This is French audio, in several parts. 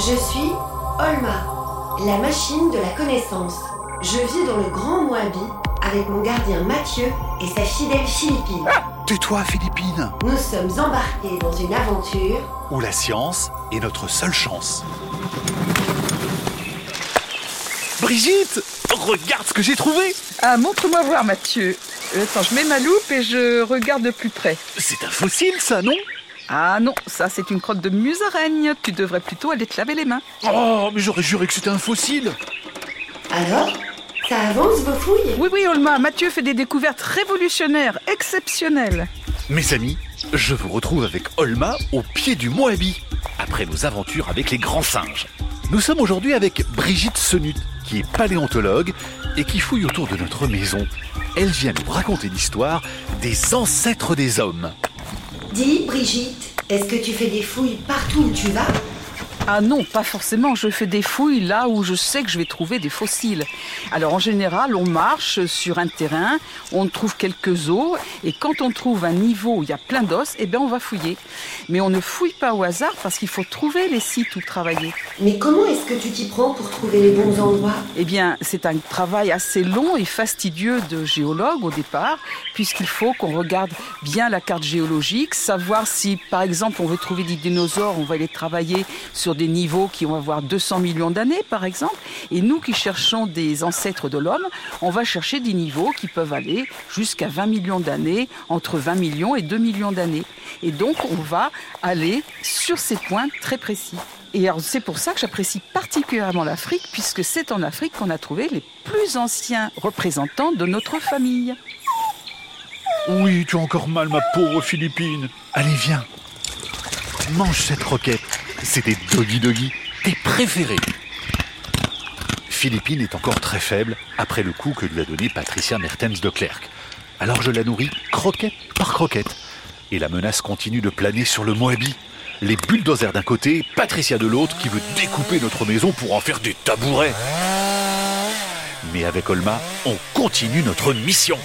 Je suis Olma, la machine de la connaissance. Je vis dans le Grand Moabi avec mon gardien Mathieu et sa fidèle Philippine. Tais-toi, Philippine. Nous sommes embarqués dans une aventure où la science est notre seule chance. Brigitte, regarde ce que j'ai trouvé. Ah, montre-moi voir, Mathieu. Attends, je mets ma loupe et je regarde de plus près. C'est un fossile, ça, non? Ah non, ça c'est une crotte de musaraigne. Tu devrais plutôt aller te laver les mains. Oh, mais j'aurais juré que c'était un fossile. Alors, ça avance vos fouilles? Oui, Olma, Mathieu fait des découvertes révolutionnaires, exceptionnelles. Mes amis, je vous retrouve avec Olma au pied du Moabi, après nos aventures avec les grands singes. Nous sommes aujourd'hui avec Brigitte Senut, qui est paléontologue et qui fouille autour de notre maison. Elle vient nous raconter l'histoire des ancêtres des hommes. Dis, Brigitte, est-ce que tu fais des fouilles partout où tu vas? Ah non, pas forcément. Je fais des fouilles là où je sais que je vais trouver des fossiles. Alors en général, on marche sur un terrain, on trouve quelques os, et quand on trouve un niveau où il y a plein d'os, eh bien on va fouiller. Mais on ne fouille pas au hasard parce qu'il faut trouver les sites où travailler. Mais comment est-ce que tu t'y prends pour trouver les bons endroits? Eh bien, c'est un travail assez long et fastidieux de géologue au départ, puisqu'il faut qu'on regarde bien la carte géologique, savoir si, par exemple, on veut trouver des dinosaures, on va les travailler sur des niveaux qui vont avoir 200 millions d'années, par exemple. Et nous qui cherchons des ancêtres de l'homme, on va chercher des niveaux qui peuvent aller jusqu'à 20 millions d'années, entre 20 millions et 2 millions d'années. Et donc, on va aller sur ces points très précis. Et alors, c'est pour ça que j'apprécie particulièrement l'Afrique, puisque c'est en Afrique qu'on a trouvé les plus anciens représentants de notre famille. Oui, tu as encore mal, ma pauvre Philippine. Allez, viens. Mange cette roquette. C'est des doggy, tes préférés. Philippine est encore très faible après le coup que lui a donné Patricia Mertens de Klerk. Alors je la nourris croquette par croquette. Et la menace continue de planer sur le Moabi. Les bulldozers d'un côté, Patricia de l'autre qui veut découper notre maison pour en faire des tabourets. Mais avec Olma, on continue notre mission.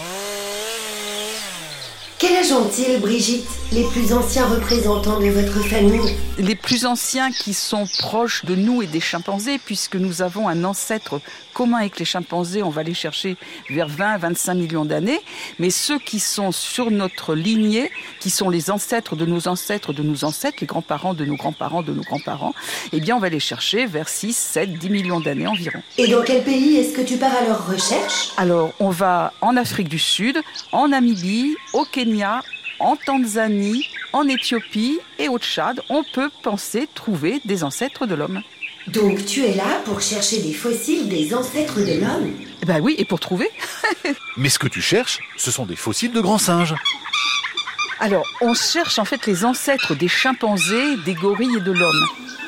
Quel âge ont-ils, Brigitte, les plus anciens représentants de votre famille? Les plus anciens qui sont proches de nous et des chimpanzés, puisque nous avons un ancêtre commun avec les chimpanzés, on va les chercher vers 20-25 millions d'années. Mais ceux qui sont sur notre lignée, qui sont les ancêtres de nos ancêtres, les grands-parents de nos grands-parents, de nos grands-parents, eh bien on va les chercher vers 6, 7, 10 millions d'années environ. Et dans quel pays est-ce que tu pars à leur recherche? Alors, on va en Afrique du Sud, en Namibie, au Kenya, en Tanzanie, en Éthiopie et au Tchad. On peut penser trouver des ancêtres de l'homme. Donc tu es là pour chercher des fossiles des ancêtres de l'homme? Ben oui, et pour trouver. Mais ce que tu cherches, ce sont des fossiles de grands singes. Alors, on cherche en fait les ancêtres des chimpanzés, des gorilles et de l'homme.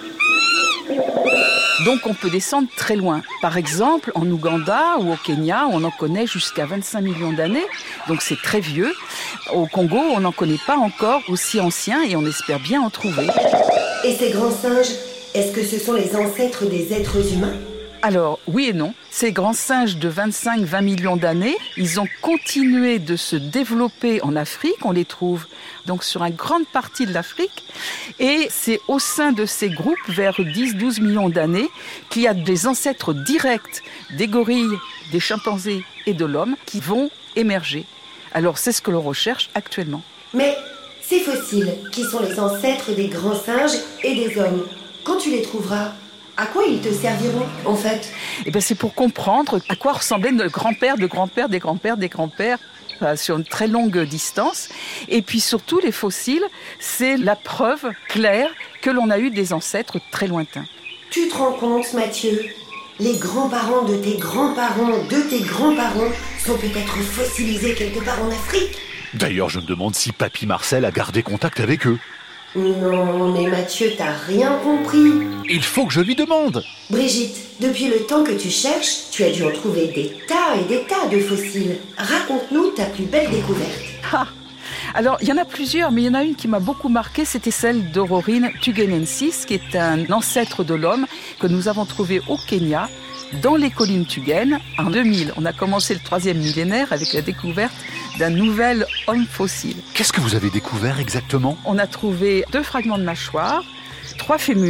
Donc on peut descendre très loin. Par exemple, en Ouganda ou au Kenya, on en connaît jusqu'à 25 millions d'années, donc c'est très vieux. Au Congo, on n'en connaît pas encore aussi anciens et on espère bien en trouver. Et ces grands singes, est-ce que ce sont les ancêtres des êtres humains? Alors, oui et non. Ces grands singes de 25-20 millions d'années, ils ont continué de se développer en Afrique. On les trouve donc sur une grande partie de l'Afrique. Et c'est au sein de ces groupes, vers 10-12 millions d'années, qu'il y a des ancêtres directs des gorilles, des chimpanzés et de l'homme qui vont émerger. Alors, c'est ce que l'on recherche actuellement. Mais ces fossiles, qui sont les ancêtres des grands singes et des hommes, quand tu les trouveras, à quoi ils te serviront, en fait? Eh bien, c'est pour comprendre à quoi ressemblait notre grand-père, de grand-père, des grands-pères, des grands-pères, sur une très longue distance. Et puis surtout, les fossiles, c'est la preuve claire que l'on a eu des ancêtres très lointains. Tu te rends compte, Mathieu? Les grands-parents de tes grands-parents, de tes grands-parents, sont peut-être fossilisés quelque part en Afrique. D'ailleurs, je me demande si Papy Marcel a gardé contact avec eux. Non, mais Mathieu, t'as rien compris. Il faut que je lui demande. Brigitte, depuis le temps que tu cherches, tu as dû en trouver des tas et des tas de fossiles. Raconte-nous ta plus belle découverte. Ah, alors, il y en a plusieurs, mais il y en a une qui m'a beaucoup marquée, c'était celle d'Ororine tugenensis, qui est un ancêtre de l'homme que nous avons trouvé au Kenya, dans les collines Tugen, en 2000. On a commencé le 3e millénaire avec la découverte d'un nouvel homme fossile. Qu'est-ce que vous avez découvert exactement? On a trouvé 2 fragments de mâchoire, 3 fémurs,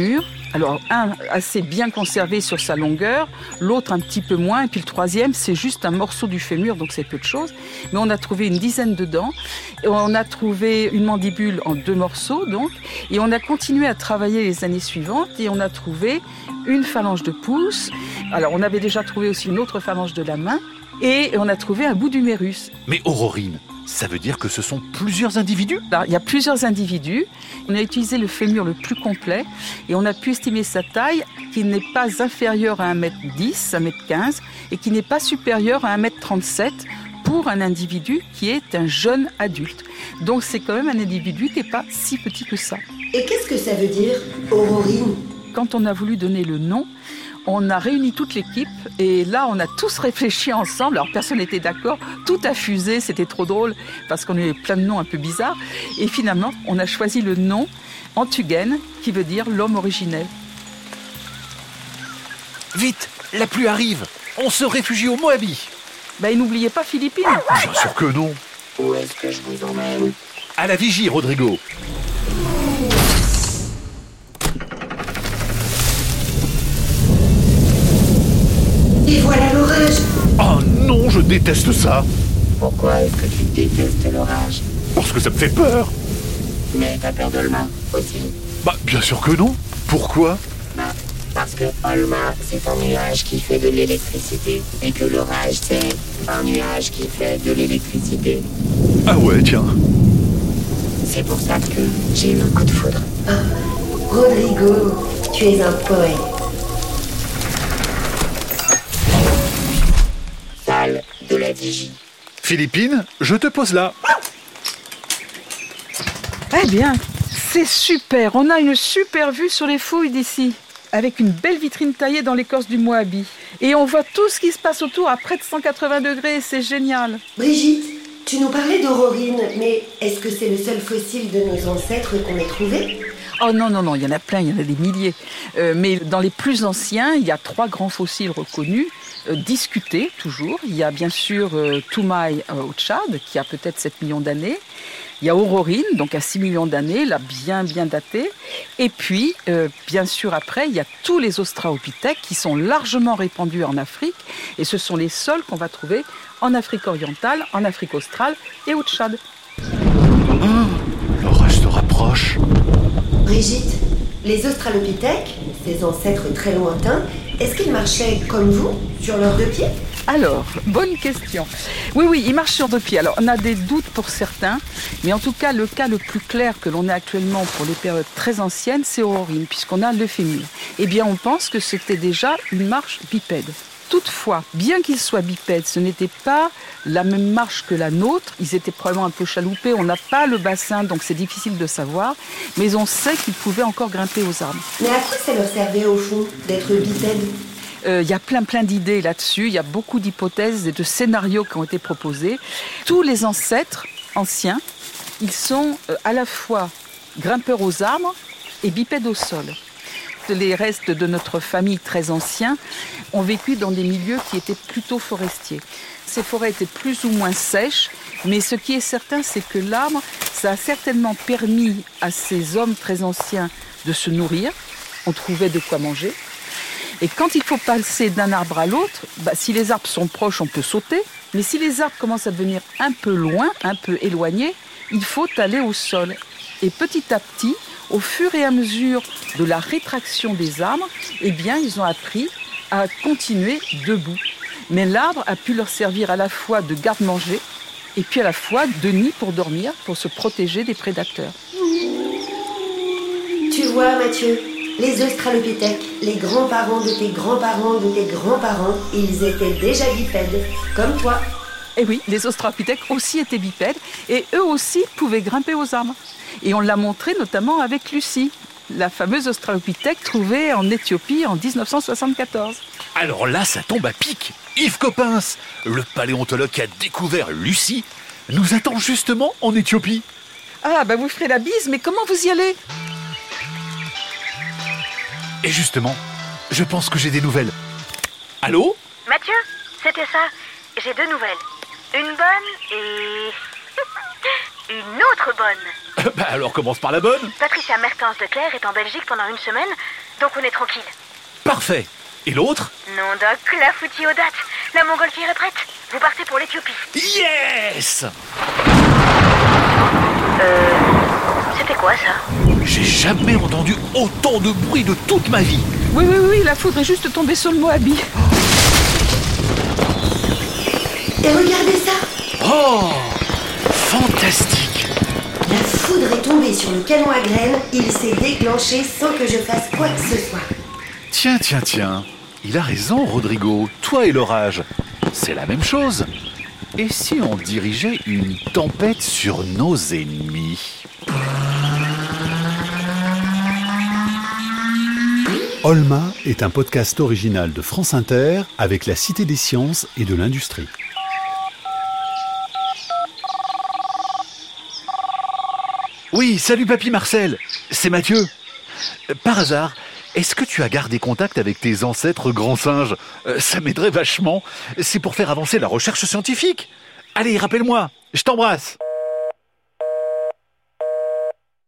Alors, un assez bien conservé sur sa longueur, l'autre un petit peu moins, et puis le troisième, c'est juste un morceau du fémur, donc c'est peu de choses. Mais on a trouvé une dizaine de dents, et on a trouvé une mandibule en 2 morceaux, donc, et on a continué à travailler les années suivantes, et on a trouvé une phalange de pouce. Alors, on avait déjà trouvé aussi une autre phalange de la main, et on a trouvé un bout d'humérus. Mais Aurorine, ça veut dire que ce sont plusieurs individus ? Alors, il y a plusieurs individus. On a utilisé le fémur le plus complet et on a pu estimer sa taille qui n'est pas inférieure à 1m10, 1m15 et qui n'est pas supérieure à 1m37 pour un individu qui est un jeune adulte. Donc c'est quand même un individu qui n'est pas si petit que ça. Et qu'est-ce que ça veut dire, Aurorine ? Quand on a voulu donner le nom, on a réuni toute l'équipe et là, on a tous réfléchi ensemble. Alors, personne n'était d'accord. Tout a fusé, c'était trop drôle parce qu'on avait plein de noms un peu bizarres. Et finalement, on a choisi le nom Antugène, qui veut dire l'homme originel. Vite, la pluie arrive. On se réfugie au Moabi. Et n'oubliez pas Philippines. Bien sûr que non. Où est-ce que je vous emmène? À la vigie, Rodrigo. Et voilà l'orage. Oh non, je déteste ça. Pourquoi est-ce que tu détestes l'orage? Parce que ça me fait peur. Mais t'as peur d'Olma aussi? Bah, bien sûr que non. Pourquoi? Parce que Olma, c'est un nuage qui fait de l'électricité. Et que l'orage, c'est un nuage qui fait de l'électricité. Ah ouais, tiens. C'est pour ça que j'ai eu un coup de foudre. Rodrigo, tu es un poète. Salle de la vigie. Philippine, je te pose là. Eh bien, c'est super. On a une super vue sur les fouilles d'ici, avec une belle vitrine taillée dans l'écorce du Moabi. Et on voit tout ce qui se passe autour à près de 180 degrés. C'est génial. Brigitte, tu nous parlais d'Aurorine, mais est-ce que c'est le seul fossile de nos ancêtres qu'on ait trouvé ? Oh non, il y en a plein, il y en a des milliers. Mais dans les plus anciens, il y a 3 grands fossiles reconnus, discutés toujours. Il y a bien sûr Toumaï au Tchad, qui a peut-être 7 millions d'années. Il y a Aurorine, donc à 6 millions d'années, là bien daté. Et puis, bien sûr, après, il y a tous les australopithèques qui sont largement répandus en Afrique. Et ce sont les seuls qu'on va trouver en Afrique orientale, en Afrique australe et au Tchad. L'orage se rapproche. Brigitte, les australopithèques, ces ancêtres très lointains, est-ce qu'ils marchaient comme vous, sur leurs 2 pieds ? Alors, bonne question. Oui, ils marchent sur 2 pieds. Alors, on a des doutes pour certains, mais en tout cas, le cas le plus clair que l'on a actuellement pour les périodes très anciennes, c'est Aurorine, puisqu'on a le fémur. Eh bien, on pense que c'était déjà une marche bipède. Toutefois, bien qu'ils soient bipèdes, ce n'était pas la même marche que la nôtre. Ils étaient probablement un peu chaloupés. On n'a pas le bassin, donc c'est difficile de savoir. Mais on sait qu'ils pouvaient encore grimper aux arbres. Mais à quoi ça leur servait au fond d'être bipèdes ? Il y a plein d'idées là-dessus. Il y a beaucoup d'hypothèses et de scénarios qui ont été proposés. Tous les ancêtres anciens, ils sont à la fois grimpeurs aux arbres et bipèdes au sol. Les restes de notre famille très anciens ont vécu dans des milieux qui étaient plutôt forestiers. Ces forêts étaient plus ou moins sèches, mais ce qui est certain, c'est que l'arbre, ça a certainement permis à ces hommes très anciens de se nourrir. On trouvait de quoi manger. Et quand il faut passer d'un arbre à l'autre, si les arbres sont proches, on peut sauter. Mais si les arbres commencent à devenir un peu loin, un peu éloignés, il faut aller au sol. Et petit à petit, au fur et à mesure de la rétraction des arbres, eh bien, ils ont appris à continuer debout. Mais l'arbre a pu leur servir à la fois de garde-manger et puis à la fois de nid pour dormir, pour se protéger des prédateurs. Tu vois, Mathieu, les australopithèques, les grands-parents de tes grands-parents de tes grands-parents, ils étaient déjà bipèdes, comme toi. Et oui, les australopithèques aussi étaient bipèdes et eux aussi pouvaient grimper aux arbres. Et on l'a montré notamment avec Lucie, la fameuse australopithèque trouvée en Éthiopie en 1974. Alors là, ça tombe à pic. Yves Coppens, le paléontologue qui a découvert Lucie, nous attend justement en Éthiopie. Ah, vous ferez la bise, mais comment vous y allez ? Et justement, je pense que j'ai des nouvelles. Allô ? Mathieu, c'était ça. J'ai 2 nouvelles. Une bonne et... une autre bonne. Alors commence par la bonne. Patricia Mertens de Clercq est en Belgique pendant 1 semaine donc on est tranquille. Parfait. Et l'autre? Non, Doc, la foutie aux dates. La montgolfière est prête. Vous partez pour l'Éthiopie. Yes! C'était quoi ça? J'ai jamais entendu autant de bruit de toute ma vie. Oui, la foudre est juste tombée sur le Moabi. Et regardez ça! Oh! Fantastique! La foudre est tombée sur le canon à graines, il s'est déclenché sans que je fasse quoi que ce soit. Tiens. Il a raison, Rodrigo. Toi et l'orage, c'est la même chose. Et si on dirigeait une tempête sur nos ennemis? Olma est un podcast original de France Inter avec la Cité des Sciences et de l'Industrie. Oui, salut papy Marcel, c'est Mathieu. Par hasard, est-ce que tu as gardé contact avec tes ancêtres grands singes? Ça m'aiderait vachement. C'est pour faire avancer la recherche scientifique. Allez, rappelle-moi, je t'embrasse.